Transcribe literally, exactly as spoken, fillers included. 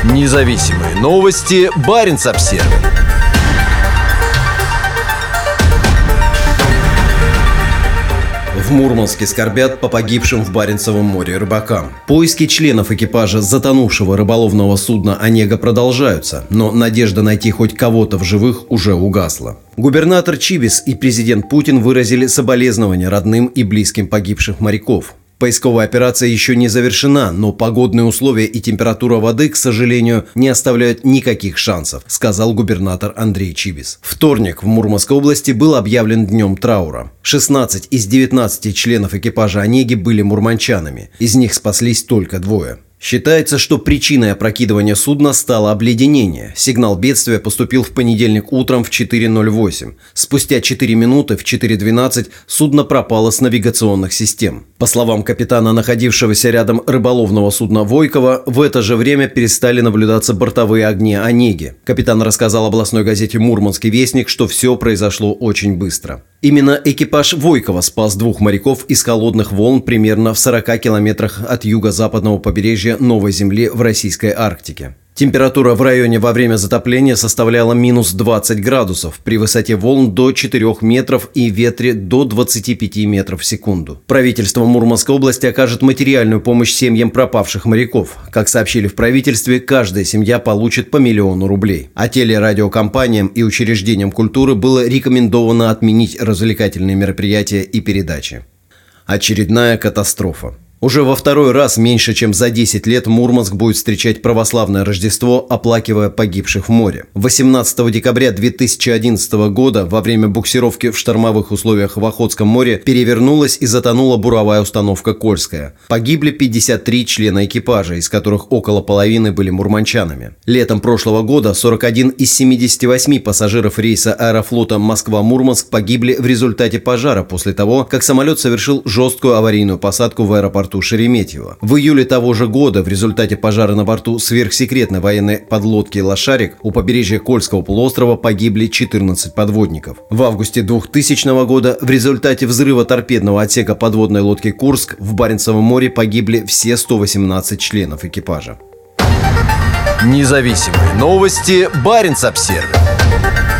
Независимые новости. Баренц-Обсервис. В Мурманске скорбят по погибшим в Баренцевом море рыбакам. Поиски членов экипажа затонувшего рыболовного судна «Онега» продолжаются, но надежда найти хоть кого-то в живых уже угасла. Губернатор Чибис и президент Путин выразили соболезнования родным и близким погибших моряков. Поисковая операция еще не завершена, но погодные условия и температура воды, к сожалению, не оставляют никаких шансов, сказал губернатор Андрей Чибис. Вторник в Мурманской области был объявлен днем траура. шестнадцать из девятнадцати членов экипажа «Онеги» были мурманчанами. Из них спаслись только двое. Считается, что причиной опрокидывания судна стало обледенение. Сигнал бедствия поступил в понедельник утром в четыре ноль восемь. Спустя четыре минуты в четыре двенадцать судно пропало с навигационных систем. По словам капитана, находившегося рядом рыболовного судна «Войкова», в это же время перестали наблюдаться бортовые огни «Онеги». Капитан рассказал областной газете «Мурманский вестник», что все произошло очень быстро. Именно экипаж «Войкова» спас двух моряков из холодных волн примерно в сорока километрах от юго-западного побережья Новой Земли в российской Арктике. Температура в районе во время затопления составляла минус двадцать градусов, при высоте волн до четырёх метров и ветре до двадцати пяти метров в секунду. Правительство Мурманской области окажет материальную помощь семьям пропавших моряков. Как сообщили в правительстве, каждая семья получит по миллиону рублей. А телерадиокомпаниям и учреждениям культуры было рекомендовано отменить развлекательные мероприятия и передачи. Очередная катастрофа. Уже во второй раз меньше чем за десять лет Мурманск будет встречать православное Рождество, оплакивая погибших в море. восемнадцатого декабря две тысячи одиннадцатого года во время буксировки в штормовых условиях в Охотском море перевернулась и затонула буровая установка «Кольская». Погибли пятьдесят три члена экипажа, из которых около половины были мурманчанами. Летом прошлого года сорок один из семидесяти восьми пассажиров рейса Аэрофлота Москва-Мурманск погибли в результате пожара после того, как самолет совершил жесткую аварийную посадку в аэропорту Шереметьево. В июле того же года в результате пожара на борту сверхсекретной военной подлодки «Лошарик» у побережья Кольского полуострова погибли четырнадцать подводников. В августе двухтысячного года в результате взрыва торпедного отсека подводной лодки «Курск» в Баренцевом море погибли все сто восемнадцать членов экипажа. Независимые новости. Баренц-Обсервис.